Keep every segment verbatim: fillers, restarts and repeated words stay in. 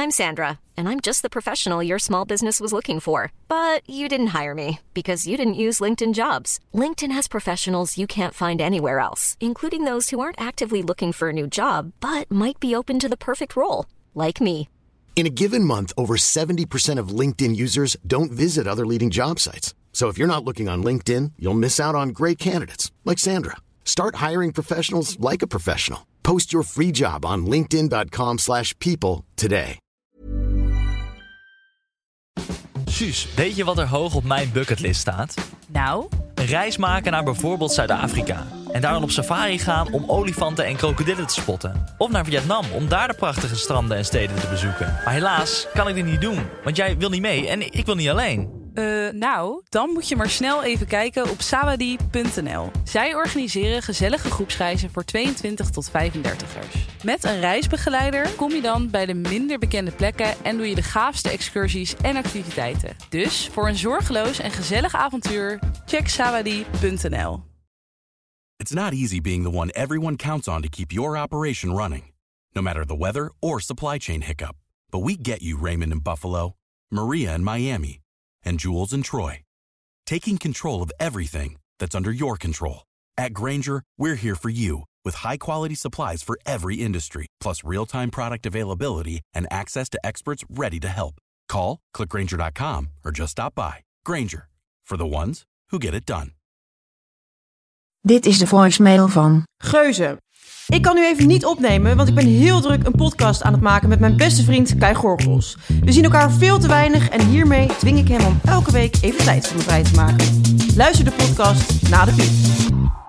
I'm Sandra, and I'm just the professional your small business was looking for. But you didn't hire me because you didn't use LinkedIn Jobs. LinkedIn has professionals you can't find anywhere else, including those who aren't actively looking for a new job, but might be open to the perfect role, like me. In a given month, over seventy percent of LinkedIn users don't visit other leading job sites. So if you're not looking on LinkedIn, you'll miss out on great candidates like Sandra. Start hiring professionals like a professional. Post your free job on linkedin.com slash people today. Suus, weet je wat er hoog op mijn bucketlist staat? Nou? Een reis maken naar bijvoorbeeld Zuid-Afrika. En daar dan op safari gaan om olifanten en krokodillen te spotten. Of naar Vietnam om daar de prachtige stranden en steden te bezoeken. Maar helaas kan ik dit niet doen, want jij wil niet mee en ik wil niet alleen. Uh, nou, dan moet je maar snel even kijken op sawadee punt n l. Zij organiseren gezellige groepsreizen voor tweeëntwintig tot vijfendertigers. Met een reisbegeleider kom je dan bij de minder bekende plekken en doe je de gaafste excursies en activiteiten. Dus voor een zorgeloos en gezellig avontuur, check sawadee punt n l. It's not easy being the one everyone counts on to keep your operation running, no matter the weather or supply chain hiccup. But we get you, Raymond in Buffalo, Maria in Miami, and Jules in Troy, taking control of everything that's under your control. At Grainger, we're here for you with high-quality supplies for every industry, plus real-time product availability and access to experts ready to help. Call, click grainger dot com, or just stop by. Grainger, for the ones who get it done. Dit is de voicemail van Geuze. Ik kan nu even niet opnemen, want ik ben heel druk een podcast aan het maken met mijn beste vriend Kai Gorgels. We zien elkaar veel te weinig en hiermee dwing ik hem om elke week even tijd voor me vrij te maken. Luister de podcast na de piep.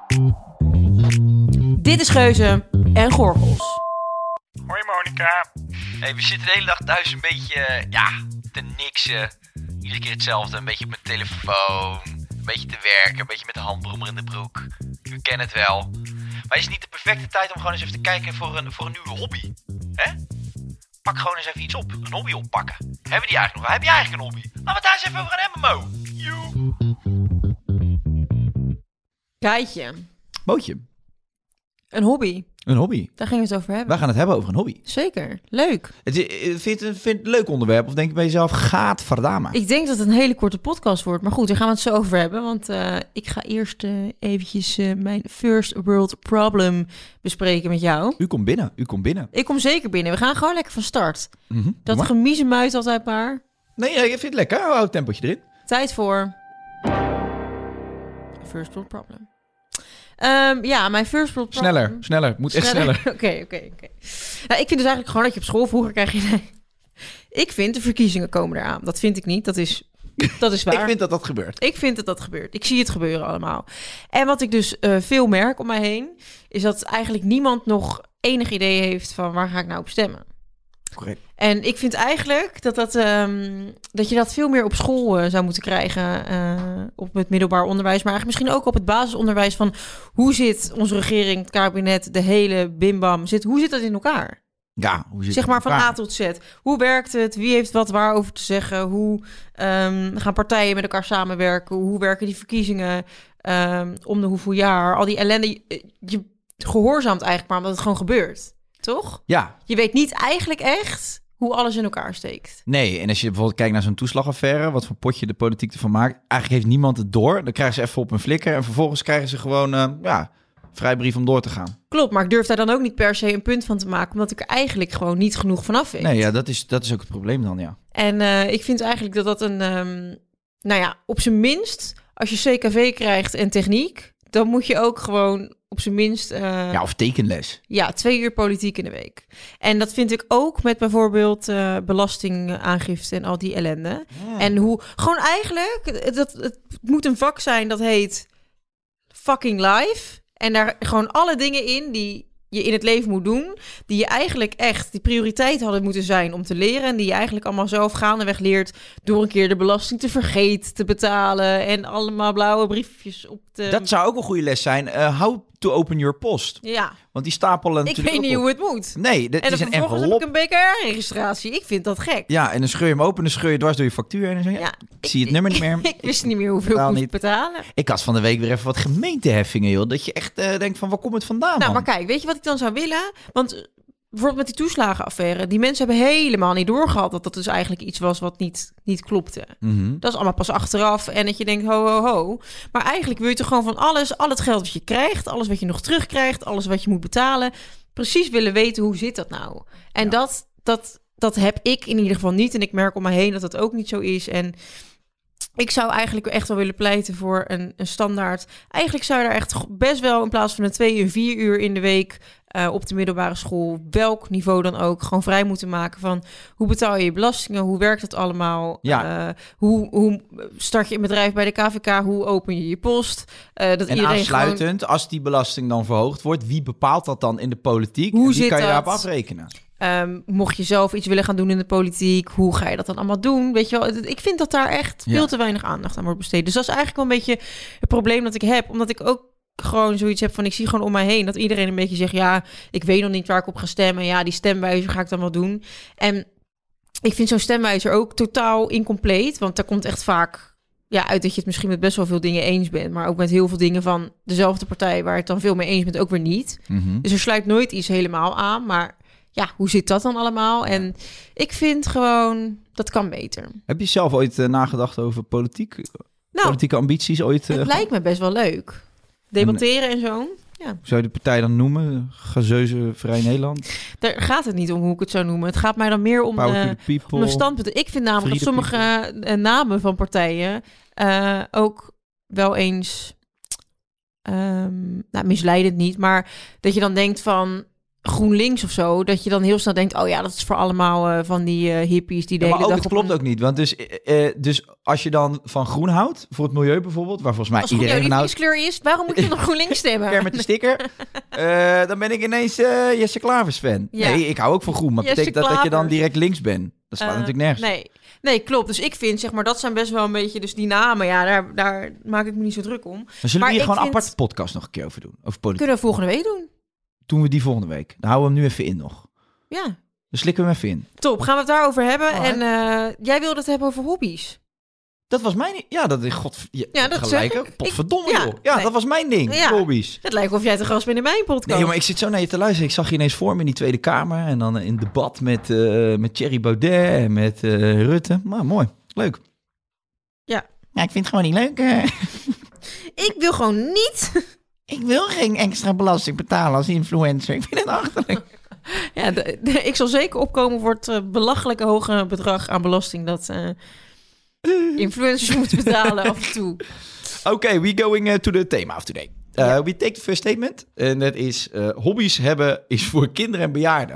Dit is Geuze en Gorgels. Hoi Monica. Hey, we zitten de hele dag thuis een beetje, ja, te niksen. Iedere keer hetzelfde, een beetje op mijn telefoon, een beetje te werken, een beetje met de handbrommer in de broek. U kent het wel. Maar is het niet de perfecte tijd om gewoon eens even te kijken voor een, voor een nieuwe hobby? Hè? Pak gewoon eens even iets op. Een hobby oppakken. Hebben we die eigenlijk nog? Heb jij eigenlijk een hobby? Laten we het daar eens even over gaan hebben, Mo. Joe. Kaitje. Bootje. Een hobby. Een hobby. Daar gingen we het over hebben. Wij gaan het hebben over een hobby. Zeker. Leuk. Het, vind je het een, vind je het een leuk onderwerp? Of denk je bij jezelf, gaat verdama? Ik denk dat het een hele korte podcast wordt. Maar goed, daar gaan we het zo over hebben. Want uh, ik ga eerst uh, eventjes uh, mijn first world problem bespreken met jou. U komt binnen. U komt binnen. Ik kom zeker binnen. We gaan gewoon lekker van start. Mm-hmm. Dat gemiezemuit altijd maar. Nee, ja, je vindt het lekker. Hou het tempootje erin. Tijd voor first world problem. Um, ja, mijn first world problem. Sneller, sneller. Moet echt sneller. Oké, oké, oké. Nou, ik vind dus eigenlijk gewoon dat je op school vroeger krijg je... Nee. Ik vind de verkiezingen komen eraan. Dat vind ik niet. Dat is, dat is waar. Ik vind dat dat gebeurt. Ik vind dat dat gebeurt. Ik zie het gebeuren allemaal. En wat ik dus uh, veel merk om mij heen... is dat eigenlijk niemand nog enig idee heeft van waar ga ik nou op stemmen. Correct. En ik vind eigenlijk dat, dat, um, dat je dat veel meer op school uh, zou moeten krijgen. Uh, op het middelbaar onderwijs. Maar eigenlijk misschien ook op het basisonderwijs. Van hoe zit onze regering, het kabinet, de hele bimbam. Zit, hoe zit dat in elkaar? Ja, hoe zit zeg maar van elkaar? A tot Z. Hoe werkt het? Wie heeft wat waarover te zeggen? Hoe um, gaan partijen met elkaar samenwerken? Hoe werken die verkiezingen um, om de hoeveel jaar? Al die ellende. Je, je gehoorzaamt eigenlijk maar omdat het gewoon gebeurt. Toch? Ja. Je weet niet eigenlijk echt hoe alles in elkaar steekt. Nee, en als je bijvoorbeeld kijkt naar zo'n toeslagaffaire, wat voor potje de politiek ervan maakt, eigenlijk heeft niemand het door. Dan krijgen ze even op een flikker en vervolgens krijgen ze gewoon, uh, ja, vrijbrief om door te gaan. Klopt, maar ik durf daar dan ook niet per se een punt van te maken, omdat ik er eigenlijk gewoon niet genoeg vanaf weet. Nee, ja, dat is, dat is ook het probleem dan, ja. En uh, ik vind eigenlijk dat dat een, um, nou ja, op zijn minst, als je C K V krijgt en techniek, dan moet je ook gewoon op zijn minst... Uh, ja, of tekenles. Ja, twee uur politiek in de week. En dat vind ik ook met bijvoorbeeld uh, belastingaangifte en al die ellende. Ja. En hoe... Gewoon eigenlijk, dat, het moet een vak zijn dat heet fucking life. En daar gewoon alle dingen in die je in het leven moet doen, die je eigenlijk echt, die prioriteit hadden moeten zijn om te leren en die je eigenlijk allemaal zelf gaandeweg leert door een keer de belasting te vergeten te betalen en allemaal blauwe briefjes op te... Dat zou ook een goede les zijn. Uh, how to open your post. Ja. Want die stapelen ik weet niet op. hoe het moet. Nee, dat is een envelop. En dan heb ik een B K R-registratie. Ik vind dat gek. Ja, en dan scheur je hem open en dan scheur je dwars door je factuur en dan zeg je, ja, ik zie het nummer niet meer. Ik wist niet meer hoeveel ik moest niet. betalen. Ik had van de week weer even wat gemeenteheffingen, joh. Dat je echt uh, denkt van, waar komt het vandaan, Nou, man? maar kijk, weet je wat ik dan zou willen? Want bijvoorbeeld met die toeslagenaffaire. Die mensen hebben helemaal niet doorgehad dat dat dus eigenlijk iets was wat niet, niet klopte. Mm-hmm. Dat is allemaal pas achteraf en dat je denkt, ho, ho, ho. Maar eigenlijk wil je toch gewoon van alles, al het geld wat je krijgt, alles wat je nog terugkrijgt, alles wat je moet betalen, precies willen weten, hoe zit dat nou? En ja. dat, dat, dat heb ik in ieder geval niet. En ik merk om me heen dat dat ook niet zo is. En ik zou eigenlijk echt wel willen pleiten voor een, een standaard. Eigenlijk zou je daar echt best wel in plaats van een twee en vier uur in de week uh, op de middelbare school, welk niveau dan ook, gewoon vrij moeten maken van hoe betaal je je belastingen, hoe werkt het allemaal, ja. uh, hoe, hoe start je een bedrijf bij de K V K, hoe open je je post. Uh, dat en iedereen aansluitend, gewoon, als die belasting dan verhoogd wordt, wie bepaalt dat dan in de politiek? Hoe en wie zit kan je dat? daarop afrekenen? Um, mocht je zelf iets willen gaan doen in de politiek, hoe ga je dat dan allemaal doen? Weet je wel, ik vind dat daar echt veel ja. te weinig aandacht aan wordt besteed. Dus dat is eigenlijk wel een beetje het probleem dat ik heb. Omdat ik ook gewoon zoiets heb van, ik zie gewoon om mij heen dat iedereen een beetje zegt, ja, ik weet nog niet waar ik op ga stemmen. Ja, die stemwijzer ga ik dan wel doen. En ik vind zo'n stemwijzer ook totaal incompleet. Want daar komt echt vaak ja, uit dat je het misschien met best wel veel dingen eens bent. Maar ook met heel veel dingen van dezelfde partij waar je het dan veel mee eens bent ook weer niet. Mm-hmm. Dus er sluit nooit iets helemaal aan, maar ja, hoe zit dat dan allemaal? En ik vind gewoon, dat kan beter. Heb je zelf ooit uh, nagedacht over politiek? Nou, politieke ambities ooit? Uh, het lijkt me best wel leuk. Debatteren en, en zo. Ja. Hoe zou je de partij dan noemen? Gazeuze Vrij Nederland? Daar gaat het niet om hoe ik het zou noemen. Het gaat mij dan meer om, de, om de standpunten. Ik vind namelijk dat sommige uh, namen van partijen uh, ook wel eens um, nou, misleidend niet, maar dat je dan denkt van GroenLinks of zo, dat je dan heel snel denkt, oh ja, dat is voor allemaal uh, van die uh, hippies die de ja, hele maar ook, dag het klopt een... ook niet, want dus, uh, dus als je dan van groen houdt, voor het milieu bijvoorbeeld, waar volgens mij als iedereen van houdt, kleur is, waarom moet je nog GroenLinks stemmen? Ker met de sticker, uh, dan ben ik ineens uh, Jesse Klavers fan. Ja. Nee, ik hou ook van groen, maar Jesse betekent dat dat je dan direct links bent? Dat slaat uh, natuurlijk nergens. Nee. Nee, klopt. Dus ik vind, zeg maar, dat zijn best wel een beetje, dus die namen, ja, daar, daar maak ik me niet zo druk om. Dan zullen maar we hier gewoon een vind... aparte podcast nog een keer over doen, over politiek. Kunnen we volgende week doen? Doen we die volgende week. Dan houden we hem nu even in nog. Ja. Dan slikken we hem even in. Top, gaan we het daarover hebben. Oh, en uh, jij wilde het hebben over hobby's. Dat was mijn... Ja, dat is... God, ja, ja, dat gelijk. Ik. Potverdomme, ik, ja, joh. Ja, nee. Dat was mijn ding. Ja. Hobby's. Het lijkt of jij te gast bent in mijn podcast. Nee, maar ik zit zo naar je te luisteren. Ik zag je ineens voor me in die Tweede Kamer. En dan in debat met, uh, met Thierry Baudet en met uh, Rutte. Maar mooi. Leuk. Ja. Ja, ik vind het gewoon niet leuk. Uh. Ik wil gewoon niet... Ik wil geen extra belasting betalen als influencer. Ik vind het achterlijk. Ja, de, de, ik zal zeker opkomen voor het uh, belachelijke hoge bedrag aan belasting dat uh, influencers moeten betalen af en toe. Oké, okay, we going uh, to the thema of today. Uh, yeah. We take the first statement. En dat is, uh, hobby's hebben is voor kinderen en bejaarden.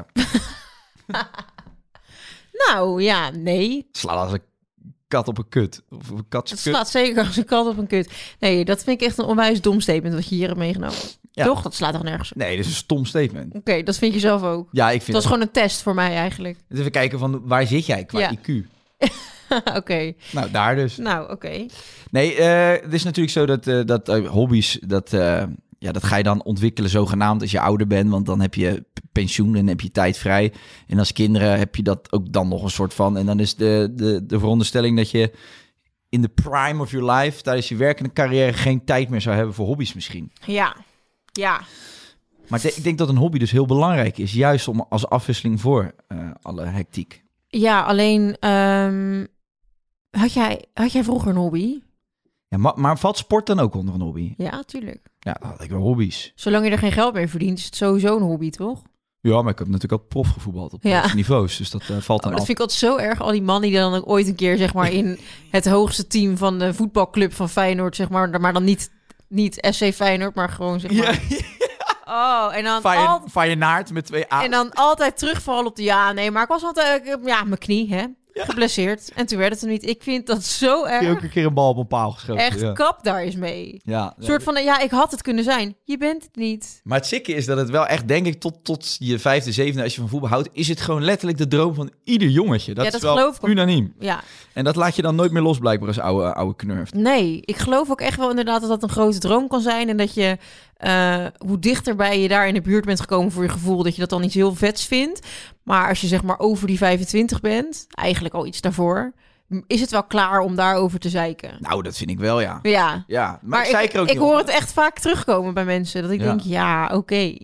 Nou, ja, nee. Slaat als een kat op een kut. Of een kat het slaat zeker als een kat op een kut. Nee, dat vind ik echt een onwijs dom statement wat je hier hebt meegenomen. Ja. Toch? Dat slaat toch nergens op? Nee, dat is een stom statement. Oké, okay, dat vind je zelf ook? Ja, ik vind dat is gewoon een test voor mij eigenlijk. Dus even kijken van waar zit jij qua ja. I Q? Oké. Okay. Nou, daar dus. Nou, oké. Okay. Nee, uh, het is natuurlijk zo dat, uh, dat uh, hobby's, dat, uh, ja, dat ga je dan ontwikkelen zogenaamd als je ouder bent. Want dan heb je pensioen en heb je tijd vrij. En als kinderen heb je dat ook dan nog een soort van. En dan is de, de, de veronderstelling dat je in de prime of your life, tijdens je werkende carrière, geen tijd meer zou hebben voor hobby's misschien. Ja, ja. Maar de, ik denk dat een hobby dus heel belangrijk is. Juist om als afwisseling voor uh, alle hectiek. Ja, alleen um, had, jij, had jij vroeger een hobby? Ja, maar, maar valt sport dan ook onder een hobby? Ja, tuurlijk. Ja, dan had ik wel hobby's. Zolang je er geen geld mee verdient, is het sowieso een hobby, toch? Ja, maar ik heb natuurlijk ook prof gevoetbald op ja. niveaus, dus dat uh, valt dan oh, Dat af. vind ik altijd zo erg, al die mannen die dan ook ooit een keer, zeg maar, in het hoogste team van de voetbalclub van Feyenoord, zeg maar, maar dan niet, niet S C Feyenoord, maar gewoon, zeg maar... Ja. Oh, en dan altijd... Feyenoord met twee A's. En dan altijd terugvallen op de ja, nee, maar ik was altijd, ja, mijn knie, hè. Ja. Geblesseerd. En toen werd het er niet. Ik vind dat zo erg. Je ook een keer een bal op een paal geschoten. Echt, ja. Kap daar eens mee. Ja. Een soort van, ja, ik had het kunnen zijn. Je bent het niet. Maar het zikke is dat het wel echt, denk ik, tot, tot je vijfde, zevende, als je van voetbal houdt, is het gewoon letterlijk de droom van ieder jongetje. Dat, ja, dat is wel geloof ik unaniem. Ja. En dat laat je dan nooit meer los, blijkbaar, als oude, oude knurft. Nee, ik geloof ook echt wel inderdaad dat dat een grote droom kan zijn. En dat je, uh, hoe dichterbij je daar in de buurt bent gekomen voor je gevoel, dat je dat dan iets heel vets vindt. Maar als je zeg maar over die vijfentwintig bent, eigenlijk al iets daarvoor, is het wel klaar om daarover te zeiken. Nou, dat vind ik wel, ja. Ja, ja maar, maar ik, zeik er ook ik, ik niet hoor op. het echt vaak terugkomen bij mensen. Dat ik ja. denk, ja, oké. Okay.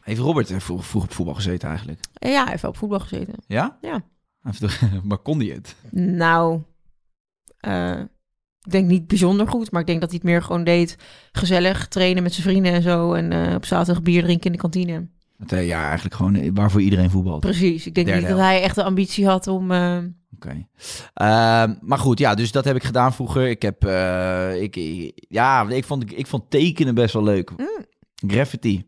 Heeft Robert er vroeg, vroeg op voetbal gezeten eigenlijk? En ja, hij heeft wel op voetbal gezeten. Ja? Ja. Hij heeft toch- maar kon hij het? Nou, uh, ik denk niet bijzonder goed, maar ik denk dat hij het meer gewoon deed. Gezellig, trainen met zijn vrienden en zo. En uh, op zaterdag bier drinken in de kantine. Het, uh, ja, eigenlijk gewoon uh, waarvoor iedereen voetbalt. Precies. Ik denk Derde niet dat helft. hij echt de ambitie had om... Uh... Oké. Okay. Uh, maar goed, ja, dus dat heb ik gedaan vroeger. Ik heb, uh, ik, ja, ik vond, ik vond tekenen best wel leuk. Mm. Graffiti.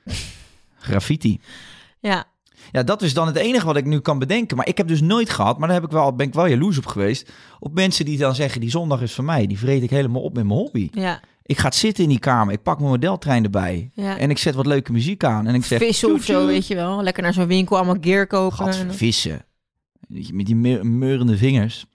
Graffiti. Ja. Ja, dat is dan het enige wat ik nu kan bedenken. Maar ik heb dus nooit gehad, maar daar heb ik wel, ben ik wel jaloers op geweest. Op mensen die dan zeggen, die zondag is van mij. Die vreet ik helemaal op met mijn hobby. Ja. Ik ga zitten in die kamer. Ik pak mijn modeltrein erbij. Ja. En ik zet wat leuke muziek aan. En ik zeg... Vissen of zo, weet je wel. Lekker naar zo'n winkel, allemaal gear kopen. Gadver, vissen. Met die me- meurende vingers.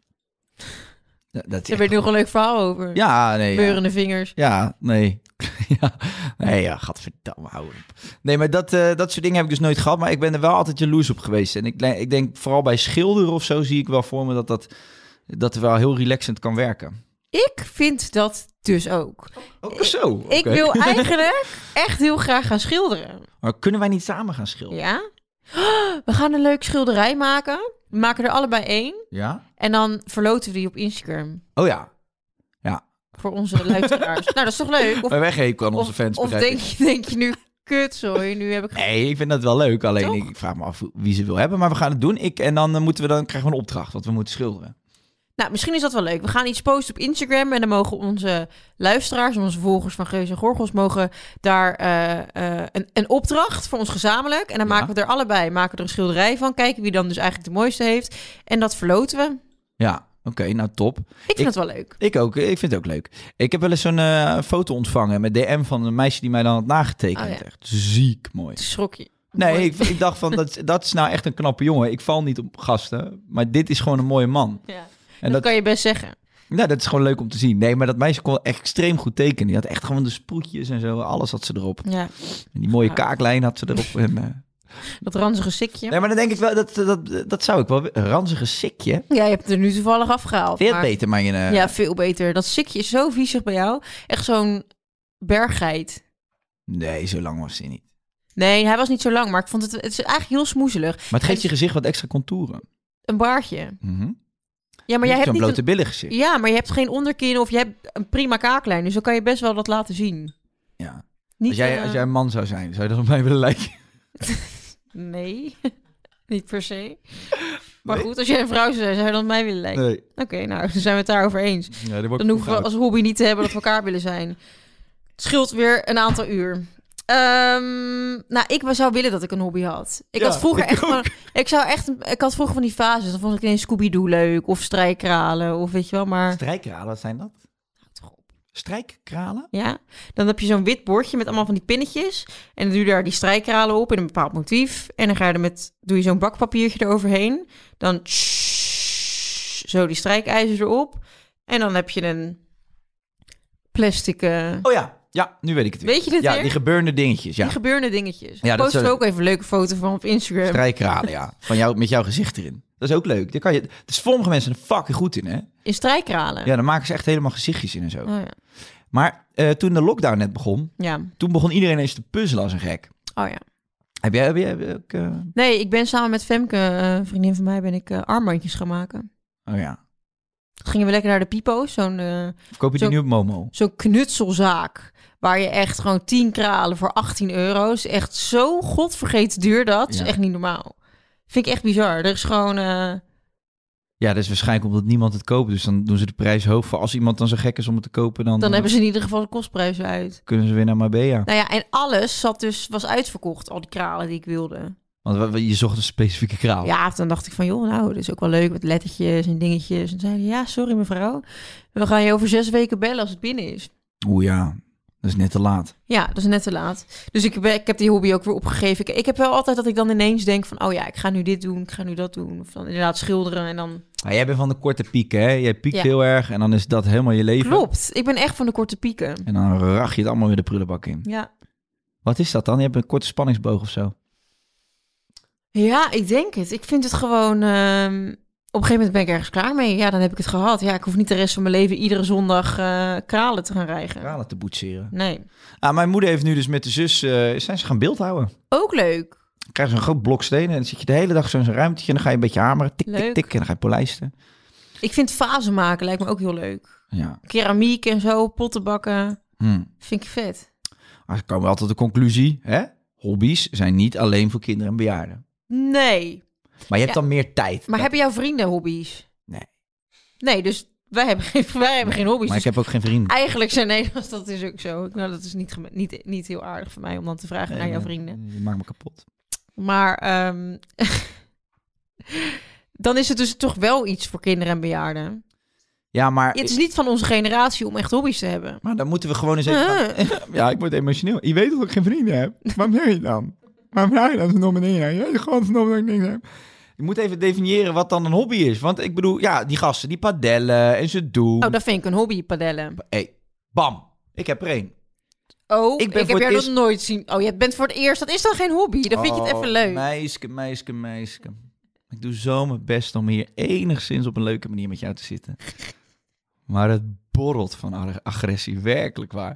Dat, dat Daar werd nog een leuk verhaal over. Ja, nee. Meurende ja. vingers. Ja, nee. ja, nee, ja, gadverdamme, hou op. Nee, maar dat, uh, dat soort dingen heb ik dus nooit gehad. Maar ik ben er wel altijd jaloers op geweest. En ik, ik denk, vooral bij schilderen of zo, zie ik wel voor me dat dat, dat wel heel relaxend kan werken. Ik vind dat dus ook. Ook zo? Ik, ik okay. wil eigenlijk echt heel graag gaan schilderen. Maar kunnen wij niet samen gaan schilderen? Ja? We gaan een leuk schilderij maken. We maken er allebei één. Ja? En dan verloten we die op Instagram. Oh ja. Ja. Voor onze luisteraars. Nou, dat is toch leuk? Of, maar weggeven aan onze of, fans. Of denk je, denk je nu, kut, sorry, nu heb ik... Nee, ik vind dat wel leuk. Alleen Toch? ik vraag me af wie ze wil hebben. Maar we gaan het doen. Ik, en dan, uh, moeten we dan krijgen we een opdracht. Wat we moeten schilderen. Nou, misschien is dat wel leuk. We gaan iets posten op Instagram en dan mogen onze luisteraars, onze volgers van Geus en Gorgels, mogen daar uh, uh, een, een opdracht voor ons gezamenlijk. En dan Ja. maken we er allebei, maken we er een schilderij van, kijken wie dan dus eigenlijk de mooiste heeft. En dat verloten we. Ja, oké, okay, nou top. Ik vind ik, het wel leuk. Ik ook, ik vind het ook leuk. Ik heb wel eens zo'n uh, foto ontvangen met D M van een meisje die mij dan had nagetekend. Oh, ja. Echt ziek mooi. Schrok je? Nee, ik, ik dacht van, dat, dat is nou echt een knappe jongen. Ik val niet op gasten, maar dit is gewoon een mooie man. Ja. En dat, dat kan je best zeggen. Nou, dat is gewoon leuk om te zien. Nee, maar dat meisje kon echt extreem goed tekenen. Die had echt gewoon de sproetjes en zo. Alles had ze erop. Ja. En die mooie Ja. kaaklijn had ze erop. En, uh... Dat ranzige sikje. Nee, maar dan denk ik wel, dat, dat, dat zou ik wel... Een ranzige sikje. Ja, je hebt het er nu toevallig afgehaald. Veel maar... beter, maar je... Uh... Ja, veel beter. Dat sikje is zo viezig bij jou. Echt zo'n berggeit. Nee, zo lang was hij niet. Nee, hij was niet zo lang, maar ik vond het, het is eigenlijk heel smoezelig. Maar het geeft je gezicht wat extra contouren. Een baardje. Mm-hmm. Ja, maar jij hebt zo'n niet blote een... billen gezicht. Ja, maar je hebt geen onderkin of je hebt een prima kaaklijn. Dus dan kan je best wel dat laten zien. Ja. Niet, Als jij, uh... als jij een man zou zijn, zou je dat op mij willen lijken? Nee, niet per se. Maar Nee? goed, als jij een vrouw zou zijn, zou je dan op mij willen lijken? Nee. Oké, okay, nou, dan zijn we het daarover eens. Ja, dan Dan hoeven we als hobby niet te hebben dat we elkaar willen zijn. Het scheelt weer een aantal uur. Um, nou, ik zou willen dat ik een hobby had. Ik Ja, had vroeger ik echt ook. van, ik zou echt, ik had vroeger van die fases. Dan vond ik ineens Scooby-Doo leuk of strijkkralen of weet je wel, maar Strijkkralen, wat zijn dat? Strijkkralen? ja, dan heb je zo'n wit bordje met allemaal van die pinnetjes en dan doe je daar die strijkkralen op in een bepaald motief en dan ga je er met, doe je zo'n bakpapiertje eroverheen, dan tss, zo die strijkijzers erop en dan heb je een plastic. Uh, Oh ja, ja, nu weet ik het weer. Weet je dit Ja, weer? die gebeurde dingetjes, ja. Die gebeurde dingetjes. Ja, dat Posten we zou- ook even een leuke foto van op Instagram. Strijkkralen, ja. Van jou, met jouw gezicht erin. Dat is ook leuk. Daar kan je, dus sommige mensen zijn er fucking goed in, hè? In strijkkralen. Ja, dan maken ze echt helemaal gezichtjes in en zo. Oh, ja. Maar uh, toen de lockdown net begon, Ja. toen begon iedereen eens te puzzelen als een gek. Oh ja. Heb jij, heb jij heb jij ook... Uh... Nee, ik ben samen met Femke, uh, een vriendin van mij, ben ik uh, armbandjes gaan maken. Oh ja. Toen gingen we lekker naar de Pipo's, zo'n uh, Of koop je die Zo- nu op Momo? zo'n knutselzaak. Waar je echt gewoon tien kralen voor achttien euro. Is echt zo godvergeten duur dat. Ja. Is echt niet normaal. Vind ik echt bizar. Er is gewoon... Uh... Ja, dat is waarschijnlijk omdat niemand het koopt. Dus dan doen ze de prijs hoog. Voor als iemand dan zo gek is om het te kopen, dan, Dan hebben ze in ieder geval de kostprijzen uit. kunnen ze weer naar Marbella. Nou ja, en alles zat dus, was uitverkocht. Al die kralen die ik wilde. Want wa- wa- je zocht een specifieke kraal. Ja, dan dacht ik van, joh, nou, dat is ook wel leuk met lettertjes en dingetjes. En zeiden, ja, sorry mevrouw. We gaan je over zes weken bellen als het binnen is. Oeh ja, dat is net te laat. Ja, dat is net te laat. Dus ik, ben, ik heb die hobby ook weer opgegeven. Ik, ik heb wel altijd dat ik dan ineens denk van, oh ja, ik ga nu dit doen, ik ga nu dat doen. Of dan inderdaad schilderen en dan... Maar jij bent van de korte pieken, hè? Jij piekt Ja. heel erg en dan is dat helemaal je leven. Klopt, ik ben echt van de korte pieken. En dan rach je het allemaal weer de prullenbak in. Ja. Wat is dat dan? Je hebt een korte spanningsboog of zo? Ja, ik denk het. Ik vind het gewoon... ehm, Op een gegeven moment ben ik ergens klaar mee. Ja, dan heb ik het gehad. Ja, ik hoef niet de rest van mijn leven iedere zondag uh, kralen te gaan rijgen. Kralen te boetseren. Nee. Ah, mijn moeder heeft nu dus met de zus... Uh, zijn ze gaan beeldhouden. Ook leuk. Dan krijg je zo'n groot blok stenen en dan zit je de hele dag zo in zo'n ruimtetje en dan ga je een beetje hameren. Tik, leuk. tik, tik. En dan ga je polijsten. Ik vind vazen maken lijkt me ook heel leuk. Ja. Keramiek en zo, potten bakken. Hmm. Vind ik vet. Maar dan komen we altijd tot de conclusie, hè? Hobby's zijn niet alleen voor kinderen en bejaarden. Nee. Maar je hebt ja. dan meer tijd. Maar dat... hebben jouw vrienden hobby's? Nee. Nee, dus wij hebben geen, wij hebben geen hobby's. Maar dus ik heb ook geen vrienden. Eigenlijk zijn nee, dat is ook zo. Nou, dat is niet, niet, niet heel aardig voor mij om dan te vragen Nee, naar jouw nee, vrienden. Je maakt me kapot. Maar um, dan is het dus toch wel iets voor kinderen en bejaarden. Ja, maar... Het is niet van onze generatie om echt hobby's te hebben. Maar dan moeten we gewoon eens even... Uh. Ja, ik word emotioneel. Je weet dat ik geen vrienden heb. Waarom zeg je dan? Waarom vraag je dan zo'n nomineren? Je weet gewoon dat ik niks heb. Je moet even definiëren wat dan een hobby is. Want ik bedoel, ja, die gasten die padellen en ze doen... Oh, dat vind ik een hobby, padellen. Hey, bam. Ik heb er één. Oh, ik, ben ik heb jou eerst... dat nooit zien. Oh, je bent voor het eerst. Dat is dan geen hobby. Dan vind je het even leuk. Meisje, meisje, meisje. Ik doe zo mijn best om hier enigszins op een leuke manier met jou te zitten. Maar het borrelt van agressie, werkelijk waar.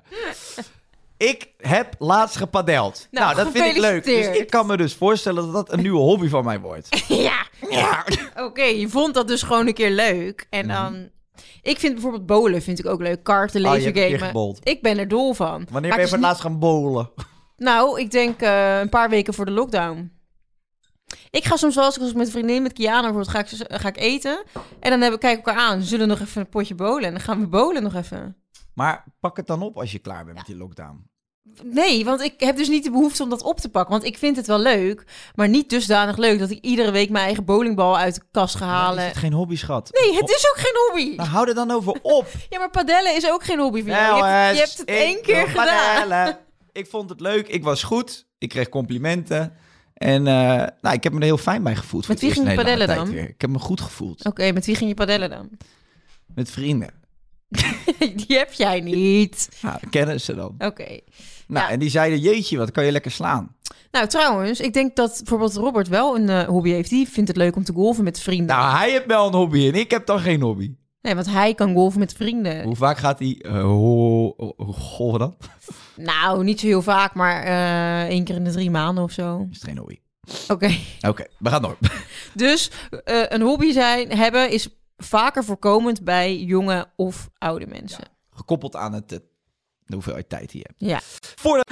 Ik heb laatst gepadeld. Nou, nou dat vind ik leuk. Dus ik kan me dus voorstellen dat dat een nieuwe hobby van mij wordt. ja. ja. Oké, okay, je vond dat dus gewoon een keer leuk. En dan... Mm. Ik vind bijvoorbeeld bowlen vind ik ook leuk. Karten, lasergamen. Oh, ik ben er dol van. Wanneer maar ben je voor het laatst gaan bowlen? Nou, ik denk uh, een paar weken voor de lockdown. Ik ga soms wel eens als ik met een vriendin, met Kiana bijvoorbeeld, ga ik, ga ik eten. En dan hebben, kijken we elkaar aan. Zullen we nog even een potje bowlen? En dan gaan we bowlen nog even. Maar pak het dan op als je klaar bent ja. met die lockdown. Nee, want ik heb dus niet de behoefte om dat op te pakken. Want ik vind het wel leuk, maar niet dusdanig leuk... dat ik iedere week mijn eigen bowlingbal uit de kast ga halen. Ja, is het geen hobby, schat? Nee, het is ook geen hobby. Nou, hou er dan over op. Ja, maar padellen is ook geen hobby voor jou. Je hebt, je hebt het één keer gedaan. Padellen. Ik vond het leuk, ik was goed. Ik kreeg complimenten. En uh, nou, ik heb me er heel fijn bij gevoeld. Met wie ging je padellen dan? Weer. Ik heb me goed gevoeld. Oké, okay, met wie ging je padellen dan? Met vrienden. Die heb jij niet. Nou, kennen ze dan. Oké. Okay. Nou, ja. En die zeiden, jeetje, wat kan je lekker slaan. Nou, trouwens, ik denk dat bijvoorbeeld Robert wel een uh, hobby heeft. Die vindt het leuk om te golfen met vrienden. Nou, hij heeft wel een hobby en ik heb dan geen hobby. Nee, want hij kan golfen met vrienden. Hoe vaak gaat hij uh, ho- ho- ho- golven dan? Nou, niet zo heel vaak, maar uh, één keer in de drie maanden of zo. Is het geen hobby. Oké. Okay. Oké, okay, we gaan door. Dus uh, een hobby zijn, hebben is vaker voorkomend bij jonge of oude mensen. Ja, gekoppeld aan het, uh, de hoeveelheid tijd die je hebt. Ja. Voordat...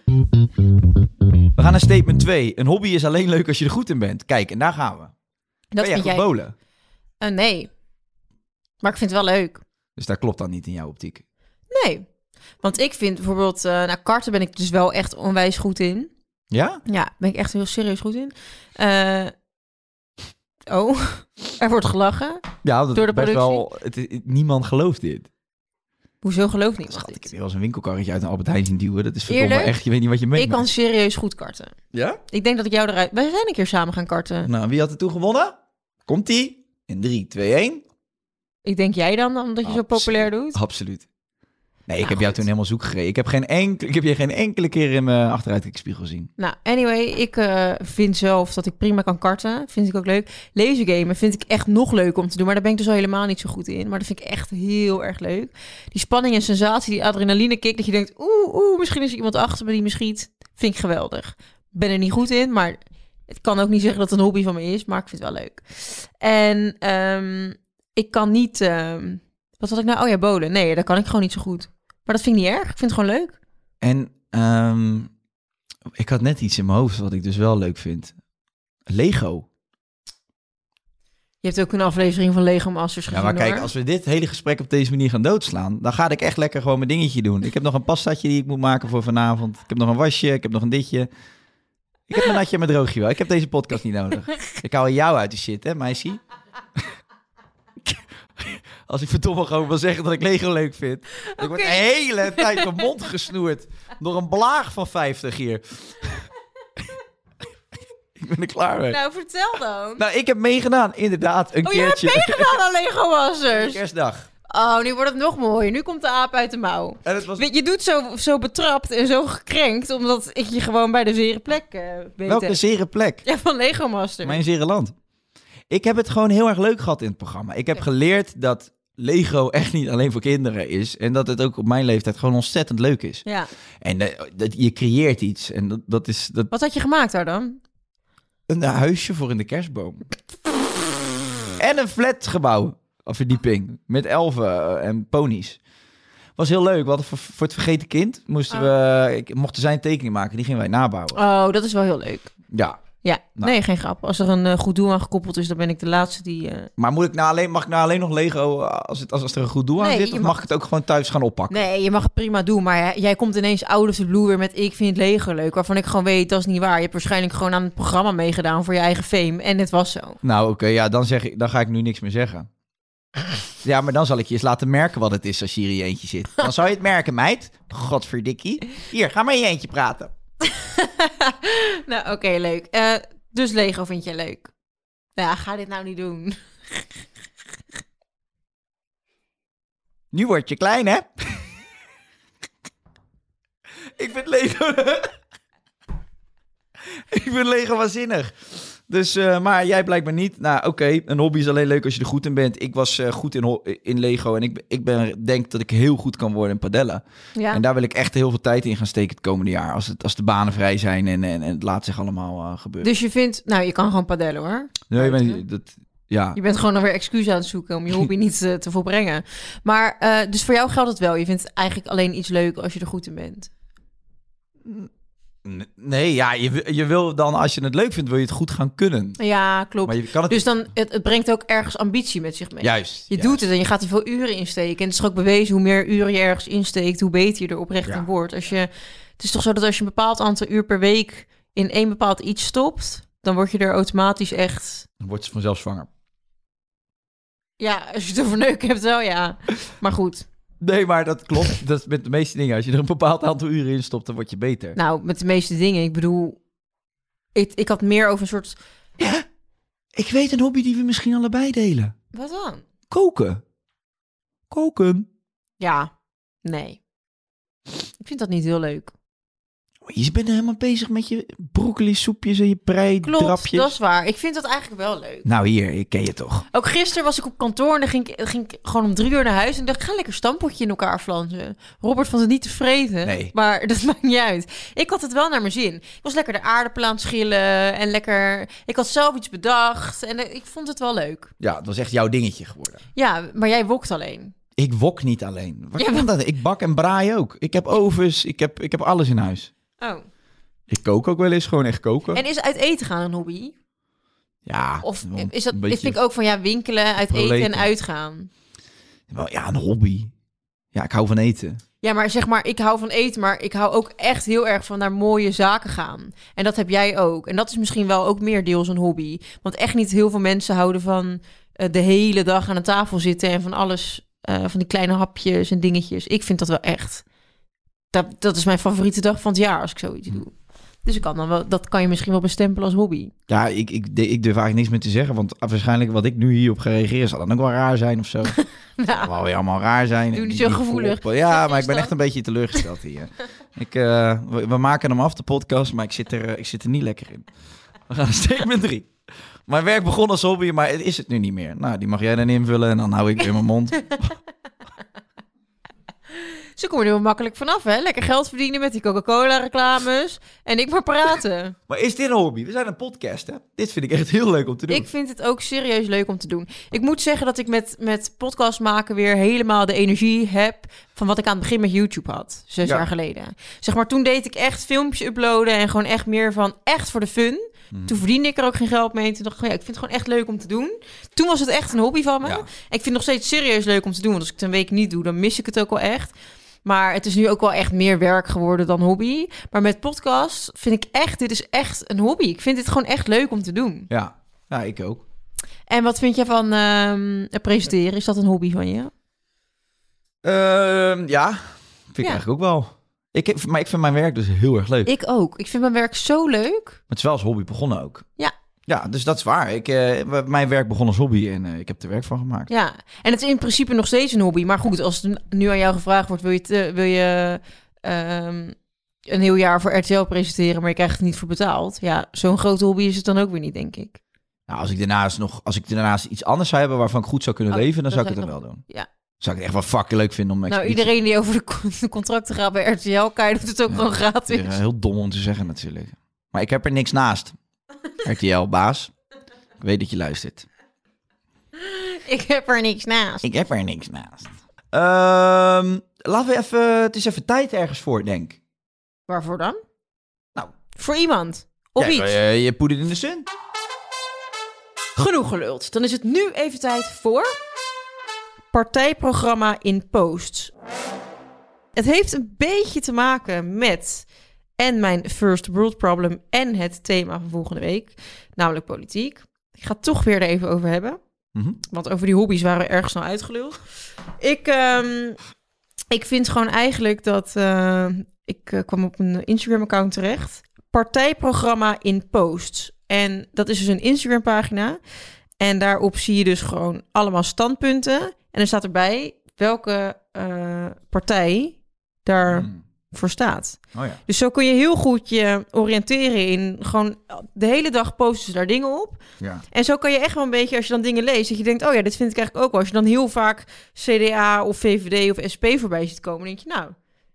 We gaan naar statement twee. Een hobby is alleen leuk als je er goed in bent. Kijk, en daar gaan we. Dat ben jij vind goed jij... bowlen? Uh, nee. Maar ik vind het wel leuk. Dus daar klopt dan niet in jouw optiek? Nee. Want ik vind bijvoorbeeld... Uh, nou, karten ben ik dus wel echt onwijs goed in. Ja? Ja, ben ik echt heel serieus goed in. Uh... Oh, er wordt gelachen. Ja, dat door de best productie. Wel, het, het, niemand gelooft dit. Hoezo gelooft niemand Schat, dit? ik heb wel eens een winkelkarretje uit een Albert Heijn zien duwen. Dat is Eerlijk, verdomme echt, je weet niet wat je meemaakt. Ik kan serieus goed karten. Ja? Ik denk dat ik jou eruit... Wij zijn een keer samen gaan karten. Nou, wie had er toen gewonnen? Komt-ie? In drie, twee, één. Ik denk jij dan, omdat je Absoluut. zo populair doet? Absoluut. Nee, nou, ik heb jou goed. toen helemaal zoek gereden. Ik heb, geen enkel, ik heb je geen enkele keer in mijn achteruitkijkspiegel gezien. Nou, anyway, ik uh, vind zelf dat ik prima kan karten. Vind ik ook leuk. Lasergamen vind ik echt nog leuk om te doen. Maar daar ben ik dus al helemaal niet zo goed in. Maar dat vind ik echt heel erg leuk. Die spanning en sensatie, die adrenaline kick. Dat je denkt, oeh, oeh, misschien is er iemand achter me die me schiet. Vind ik geweldig. Ben er niet goed in, maar het kan ook niet zeggen dat het een hobby van me is. Maar ik vind het wel leuk. En um, ik kan niet... Um, wat had ik nou? Oh ja, bowlen. Nee, dat kan ik gewoon niet zo goed. Maar dat vind ik niet erg. Ik vind het gewoon leuk. En um, ik had net iets in mijn hoofd wat ik dus wel leuk vind. Lego. Je hebt ook een aflevering van Lego Masters gezien, Ja, maar kijk, hoor. als we dit hele gesprek op deze manier gaan doodslaan, dan ga ik echt lekker gewoon mijn dingetje doen. Ik heb nog een pastaatje die ik moet maken voor vanavond. Ik heb nog een wasje, ik heb nog een ditje. Ik heb een natje en mijn droogje wel. Ik heb deze podcast niet nodig. Ik hou jou uit de shit, hè, meisje? Als ik verdomme gewoon wil zeggen dat ik Lego leuk vind. Okay. Ik word de hele tijd mijn mond gesnoerd door een blaag van vijftig hier. Ik ben er klaar mee. Nou, vertel dan. Nou, ik heb meegedaan, inderdaad, een oh, keertje. Oh, je hebt meegedaan aan Lego Masters? Kerstdag. Oh, nu wordt het nog mooier. Nu komt de aap uit de mouw. En het was... Je doet zo, zo betrapt en zo gekrenkt, omdat ik je gewoon bij de zere plek uh, weet. Welke zere plek? Ja, van Lego Masters. Mijn zere land. Ik heb het gewoon heel erg leuk gehad in het programma. Ik heb geleerd dat Lego echt niet alleen voor kinderen is. En dat het ook op mijn leeftijd gewoon ontzettend leuk is. Ja. En uh, dat, je creëert iets. En dat, dat is... Dat... Wat had je gemaakt daar dan? Een huisje voor in de kerstboom. En een flatgebouw. Of verdieping. Met elfen en ponies. Was heel leuk. We hadden voor, voor het vergeten kind moesten oh. we... Ik, mochten zij een tekening maken. Die gingen wij nabouwen. Oh, dat is wel heel leuk. Ja. Ja, nou. Nee, geen grap. Als er een uh, goed doel aan gekoppeld is, dan ben ik de laatste die... Uh... Maar moet ik nou alleen, mag ik nou alleen nog Lego als, het, als, als er een goed doel aan nee, zit? Of mag... mag ik het ook gewoon thuis gaan oppakken? Nee, je mag het prima doen. Maar jij, jij komt ineens out of the blue weer met ik vind Lego leuk. Waarvan ik gewoon weet, dat is niet waar. Je hebt waarschijnlijk gewoon aan het programma meegedaan voor je eigen fame. En het was zo. Nou, oké. Okay, ja, dan, zeg ik, dan ga ik nu niks meer zeggen. Ja, maar dan zal ik je eens laten merken wat het is als je hier in je eentje zit. Dan zou je het merken, meid. Godverdikkie. Hier, ga maar in je eentje praten. Nou, oké, okay, leuk. Uh, dus Lego vind je leuk. Ja, ga dit nou niet doen. Nu word je klein, hè? Ik vind Lego... Ik vind Lego waanzinnig. Dus, uh, maar jij blijkbaar niet. Nou, oké, okay, een hobby is alleen leuk als je er goed in bent. Ik was uh, goed in, ho- in Lego en ik, ik ben, denk dat ik heel goed kan worden in padellen. Ja. En daar wil ik echt heel veel tijd in gaan steken het komende jaar. Als, het, als de banen vrij zijn en, en, en het laat zich allemaal uh, gebeuren. Dus je vindt... Nou, je kan gewoon padellen, hoor. Nee, je bent, dat, ja. Je bent gewoon nog weer excuus aan het zoeken om je hobby niet uh, te volbrengen. Maar, uh, dus voor jou geldt het wel. Je vindt eigenlijk alleen iets leuk als je er goed in bent. Nee, ja, je, je wil dan, als je het leuk vindt, wil je het goed gaan kunnen. Ja, klopt. Maar je kan het... Dus dan, het, het brengt ook ergens ambitie met zich mee. Juist. Je juist. doet het en je gaat er veel uren in steken. En het is ook bewezen, hoe meer uren je ergens insteekt, hoe beter je er oprecht ja. in wordt. Als je, het is toch zo dat als je een bepaald aantal uur per week in één bepaald iets stopt, dan word je er automatisch echt... Dan word je vanzelf zwanger. Ja, als je het over neuken hebt wel, ja. Maar goed. Nee, maar dat klopt. Dat is met de meeste dingen. Als je er een bepaald aantal uren in stopt, dan word je beter. Nou, met de meeste dingen. Ik bedoel, ik, ik had meer over een soort... Ja, ik weet een hobby die we misschien allebei delen. Wat dan? Koken. Koken. Ja, nee. Ik vind dat niet heel leuk. Je bent helemaal bezig met je broccoli soepjes en je prei-drapjes. Klopt, dat is waar. Ik vind dat eigenlijk wel leuk. Nou hier, ik ken je toch. Ook gisteren was ik op kantoor en dan ging ik, ging ik gewoon om drie uur naar huis. En dacht, ik ga lekker stampotje in elkaar flansen. Robert vond het niet tevreden. Nee. Maar dat maakt niet uit. Ik had het wel naar mijn zin. Ik was lekker de aardappelen aan het schillen. En lekker... Ik had zelf iets bedacht. En ik vond het wel leuk. Ja, het was echt jouw dingetje geworden. Ja, maar jij wokt alleen. Ik wok niet alleen. Wat ja, kan dat? Ik bak en braai ook. Ik heb ovens, ik heb, ik heb alles in huis. Oh. Ik kook ook wel eens, gewoon echt koken. En is uit eten gaan een hobby? Ja. Of is dat, ik vind ik ook van ja, winkelen, uit eten en uitgaan. Ja, een hobby. Ja, ik hou van eten. Ja, maar zeg maar, ik hou van eten, maar ik hou ook echt heel erg van naar mooie zaken gaan. En dat heb jij ook. En dat is misschien wel ook meer deels een hobby. Want echt niet heel veel mensen houden van uh, de hele dag aan een tafel zitten en van alles, uh, van die kleine hapjes en dingetjes. Ik vind dat wel echt. Dat, dat is mijn favoriete dag van het jaar als ik zoiets doe. Dus ik kan dan wel, dat kan je misschien wel bestempelen als hobby. Ja, ik, ik, ik durf eigenlijk niks meer te zeggen. Want waarschijnlijk wat ik nu hierop ga reageren zal dan ook wel raar zijn of zo. nou, zal wel weer allemaal raar zijn. Doe niet zo gevoelig. Op. Ja, maar ik ben echt een beetje teleurgesteld hier. ik, uh, we, we maken hem af, de podcast, maar ik zit er, uh, ik zit er niet lekker in. We gaan naar statement drie. Mijn werk begon als hobby, maar het is het nu niet meer. Nou, die mag jij dan invullen en dan hou ik weer mijn mond. Ze komen er wel makkelijk vanaf, hè? Lekker geld verdienen met die Coca-Cola-reclames. En ik maar praten. Maar is dit een hobby? We zijn een podcast, hè? Dit vind ik echt heel leuk om te doen. Ik vind het ook serieus leuk om te doen. Ik moet zeggen dat ik met, met podcast maken weer helemaal de energie heb van wat ik aan het begin met YouTube had. Zes ja. jaar geleden. Zeg maar, toen deed ik echt filmpjes uploaden en gewoon echt meer van echt voor de fun. Hmm. Toen verdiende ik er ook geen geld mee. Toen dacht ik, ja, ik vind het gewoon echt leuk om te doen. Toen was het echt een hobby van me. Ja. En ik vind het nog steeds serieus leuk om te doen. Want als ik het een week niet doe, dan mis ik het ook wel echt. Maar het is nu ook wel echt meer werk geworden dan hobby. Maar met podcast vind ik echt, dit is echt een hobby. Ik vind dit gewoon echt leuk om te doen. Ja, ja ik ook. En wat vind je van uh, presenteren? Is dat een hobby van je? Uh, ja, vind ik ja. eigenlijk ook wel. Ik, maar ik vind mijn werk dus heel erg leuk. Ik ook. Ik vind mijn werk zo leuk. Maar het is wel als hobby begonnen ook. Ja. Ja, dus dat is waar. Ik, uh, mijn werk begon als hobby en uh, ik heb er werk van gemaakt. Ja, en het is in principe nog steeds een hobby. Maar goed, als het nu aan jou gevraagd wordt, wil je, te, wil je um, een heel jaar voor R T L presenteren, maar je krijgt het niet voor betaald. Ja, zo'n grote hobby is het dan ook weer niet, denk ik. Nou, als ik daarnaast nog, als ik daarnaast iets anders zou hebben waarvan ik goed zou kunnen Oh, leven, dan dat zou ik het zou dan ik wel doen. Ja. Zou ik het echt wel fucking leuk vinden om Nou, expeditie- iedereen die over de, con- de contracten gaat bij R T L, kan je doet het ook Ja, gewoon gratis. Ja, heel dom om te zeggen natuurlijk. Maar ik heb er niks naast. R T L, baas. Ik weet dat je luistert. Ik heb er niks naast. Ik heb er niks naast. Ehm, laten we even... Het is even tijd ergens voor, denk ik. Waarvoor dan? Nou. Voor iemand. Of Ja, iets. Je, je put it in the sun. Genoeg geluld. Dan is het nu even tijd voor... partijprogramma in posts. Het heeft een beetje te maken met... en mijn first world problem... en het thema van volgende week. Namelijk politiek. Ik ga het toch weer er even over hebben. Mm-hmm. Want over die hobby's waren we erg snel uitgeluld. Ik, um, ik vind gewoon eigenlijk dat... Uh, ik uh, kwam op een Instagram-account terecht. Partijprogramma in posts. En dat is dus een Instagram-pagina. En daarop zie je dus gewoon allemaal standpunten. En er staat erbij welke uh, partij daar... Mm. voor staat. Oh ja. Dus zo kun je heel goed je oriënteren in gewoon de hele dag posten ze daar dingen op. Ja. En zo kan je echt wel een beetje, als je dan dingen leest, dat je denkt, oh ja, dit vind ik eigenlijk ook wel. Als je dan heel vaak C D A of V V D of S P voorbij ziet komen, denk je, nou...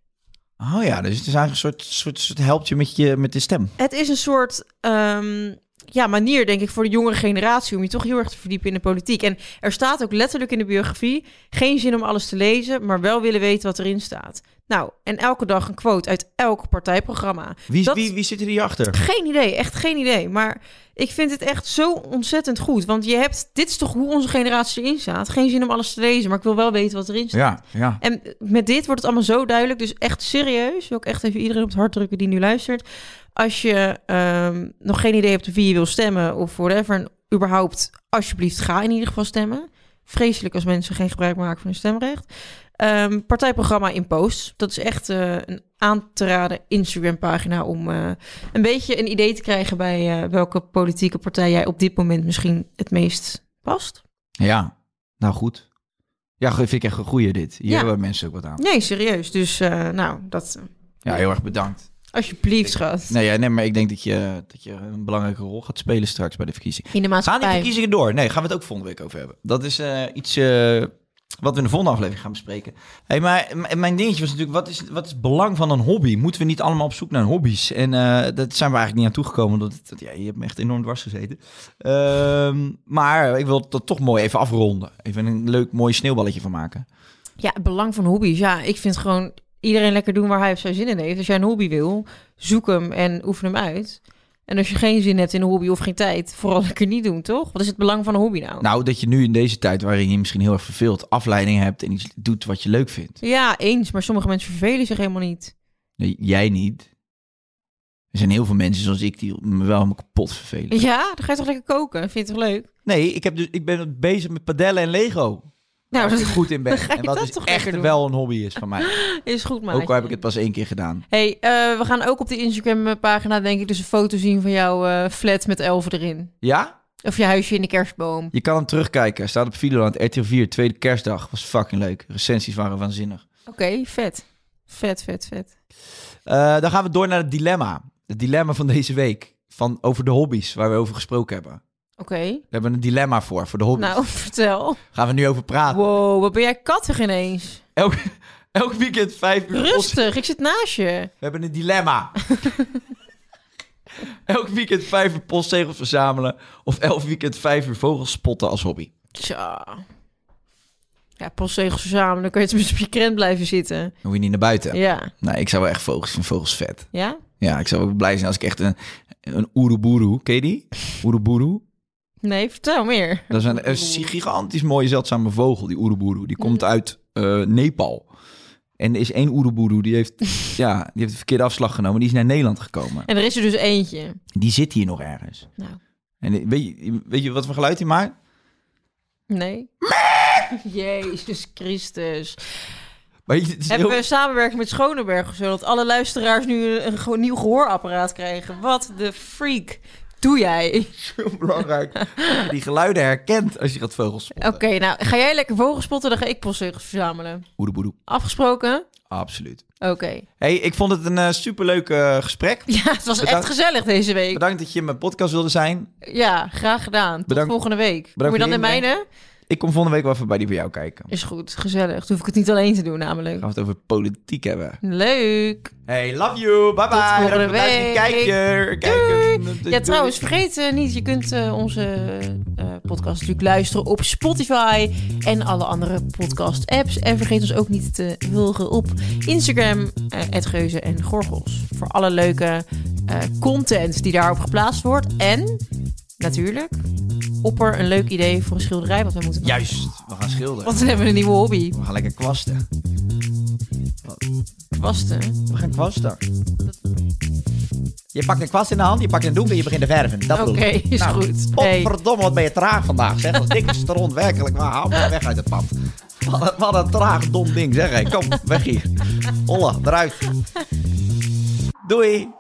Oh ja, dus het is eigenlijk een soort, soort, soort helpt je met, je met de stem. Het is een soort um, ja, manier, denk ik, voor de jongere generatie om je toch heel erg te verdiepen in de politiek. En er staat ook letterlijk in de biografie, geen zin om alles te lezen, maar wel willen weten wat erin staat. Nou, en elke dag een quote uit elk partijprogramma. Wie, Dat... wie, wie zit er hierachter? Geen idee, echt geen idee. Maar ik vind het echt zo ontzettend goed. Want je hebt, dit is toch hoe onze generatie erin staat. Geen zin om alles te lezen, maar ik wil wel weten wat erin staat. Ja, ja. En met dit wordt het allemaal zo duidelijk. Dus echt serieus, wil ik echt even iedereen op het hart drukken die nu luistert. Als je um, nog geen idee hebt wie je wil stemmen of whatever, en überhaupt, alsjeblieft, ga in ieder geval stemmen. Vreselijk als mensen geen gebruik maken van hun stemrecht. Um, partijprogramma in posts. Dat is echt uh, een aan te raden Instagram-pagina om uh, een beetje een idee te krijgen bij uh, welke politieke partij jij op dit moment misschien het meest past. Ja, nou goed. Ja, vind ik echt een goeie dit. Hier Ja. hebben mensen ook wat aan. Nee, serieus. Dus uh, nou, dat... Uh, Ja, heel erg bedankt. Alsjeblieft, schat. Nee, ja, nee, maar ik denk dat je, dat je een belangrijke rol gaat spelen straks bij de verkiezingen. In de Gaan maatschappij. die verkiezingen door? Nee, gaan we het ook volgende week over hebben. Dat is uh, iets uh, wat we in de volgende aflevering gaan bespreken. Hey, maar m- mijn dingetje was natuurlijk, wat is, wat is het belang van een hobby? Moeten we niet allemaal op zoek naar hobby's? En uh, dat zijn we eigenlijk niet aan toegekomen. Dat, dat, ja, je hebt me echt enorm dwars gezeten. Uh, maar ik wil dat toch mooi even afronden. Even een leuk, mooi sneeuwballetje van maken. Ja, het belang van hobby's. Ja, ik vind gewoon iedereen lekker doen waar hij of zij zin in heeft. Als jij een hobby wil, zoek hem en oefen hem uit. En als je geen zin hebt in een hobby of geen tijd, vooral lekker niet doen, toch? Wat is het belang van een hobby nou? Nou, dat je nu in deze tijd waarin je misschien heel erg verveelt, afleiding hebt en iets doet wat je leuk vindt. Ja, eens. Maar sommige mensen vervelen zich helemaal niet. Nee, jij niet. Er zijn heel veel mensen zoals ik die me wel helemaal kapot vervelen. Ja, dan ga je toch lekker koken? Vind je het toch leuk? Nee, ik, heb dus, ik ben bezig met padellen en Lego. Nou, Waar dat ik goed in ben. dan ga je En wat dat dus toch echt lekker doen. wel een hobby is van mij. is goed, maatje. Ook al heb ik het pas één keer gedaan. Hey, uh, we gaan ook op de Instagram-pagina, denk ik, dus een foto zien van jouw uh, flat met elfen erin. Ja? Of je huisje in de kerstboom. Je kan hem terugkijken. Hij staat op Videoland, R T L vier, tweede kerstdag. Was fucking leuk. Recensies waren waanzinnig. Oké, okay, vet. Vet, vet, vet. Uh, dan gaan we door naar het dilemma. Het dilemma van deze week. Van over de hobby's waar we over gesproken hebben. Oké. Okay. We hebben een dilemma voor, voor de hobby's. Nou, vertel. Gaan we nu over praten. Wow, wat ben jij kattig ineens. Elk, elk weekend vijf uur... Rustig, post... ik zit naast je. We hebben een dilemma. Elk weekend vijf uur postzegels verzamelen... of elk weekend vijf uur vogels spotten als hobby. Tja. Ja, postzegels verzamelen, dan kun je tenminste op je krent blijven zitten. Dan hoef je niet naar buiten. Ja. Nee, ik zou wel echt vogels, ik vind vogels vet. Ja? Ja, ik zou ook blij zijn als ik echt een, een oeroboeroe, ken je die? Oeroboeroe? Nee, vertel meer. Dat is een, een gigantisch mooie zeldzame vogel, die oeroboeroe. Die komt uit uh, Nepal. En er is één oeroboeroe, die heeft, ja, die heeft de verkeerde afslag genomen. Die is naar Nederland gekomen. En er is er dus eentje. Die zit hier nog ergens. Nou. En weet je, weet je wat voor geluid hij maakt? Nee. Jezus Christus. Maar je, het is Hebben heel... we samenwerking met Schoneberg, zodat alle luisteraars nu een, een nieuw gehoorapparaat krijgen? Wat de freak doe jij? Heel belangrijk. Dat je die geluiden herkent als je gaat vogels spotten. Oké, okay, nou ga jij lekker vogels spotten, dan ga ik postzegels verzamelen. Oeroboeroe. Afgesproken? Absoluut. Oké. Okay. Hey, ik vond het een uh, superleuk uh, gesprek. Ja, het was bedankt, echt gezellig deze week. Bedankt dat je in mijn podcast wilde zijn. Ja, graag gedaan. Tot bedankt, volgende week. Kom je dan in mijne? Ik kom volgende week wel even bij die bij jou kijken. Is goed, gezellig. Dan hoef ik het niet alleen te doen namelijk. Gaan we het over politiek hebben. Leuk. Hey, love you. Bye bye. Tot volgende week. Kijker. Kijker. Ja, trouwens, vergeet uh, niet, je kunt uh, onze uh, podcast natuurlijk luisteren op Spotify en alle andere podcast apps. En vergeet ons ook niet te volgen op Instagram, uh, at Geuze en Gorgels. Voor alle leuke uh, content die daarop geplaatst wordt. En natuurlijk, opper een leuk idee voor een schilderij wat we moeten maken. Juist, we gaan schilderen. Want dan hebben we een nieuwe hobby. We gaan lekker kwasten. Kwasten? We gaan kwasten. Je pakt een kwast in de hand, je pakt een doek en je begint te verven. Oké, okay, is nou, goed. Godverdomme, wat ben je traag vandaag, zeg. Als dik is rond, werkelijk. Maar hou maar weg uit het pand. Wat een, wat een traag, dom ding, zeg. Hey, kom, weg hier. Holla, eruit. Doei.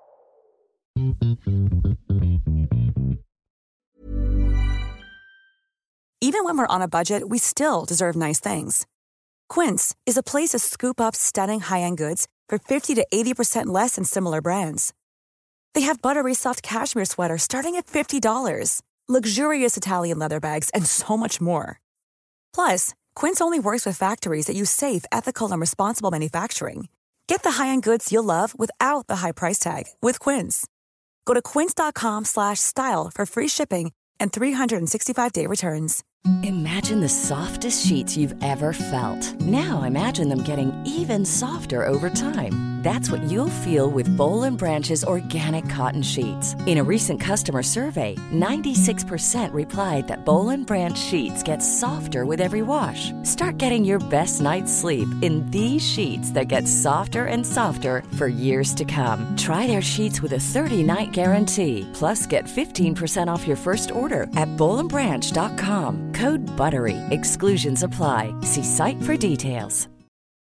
Even when we're on a budget, we still deserve nice things. Quince is a place to scoop up stunning high-end goods for fifty to eighty percent less than similar brands. They have buttery soft cashmere sweaters starting at fifty dollars, luxurious Italian leather bags, and so much more. Plus, Quince only works with factories that use safe, ethical, and responsible manufacturing. Get the high-end goods you'll love without the high price tag with Quince. Go to quince.com slash style for free shipping and three sixty-five day returns. Imagine the softest sheets you've ever felt. Now imagine them getting even softer over time. That's what you'll feel with Boll and Branch's organic cotton sheets. In a recent customer survey, ninety-six percent replied that Boll and Branch sheets get softer with every wash. Start getting your best night's sleep in these sheets that get softer and softer for years to come. Try their sheets with a thirty-night guarantee. Plus, get fifteen percent off your first order at boll and branch dot com. Code BUTTERY. Exclusions apply. See site for details.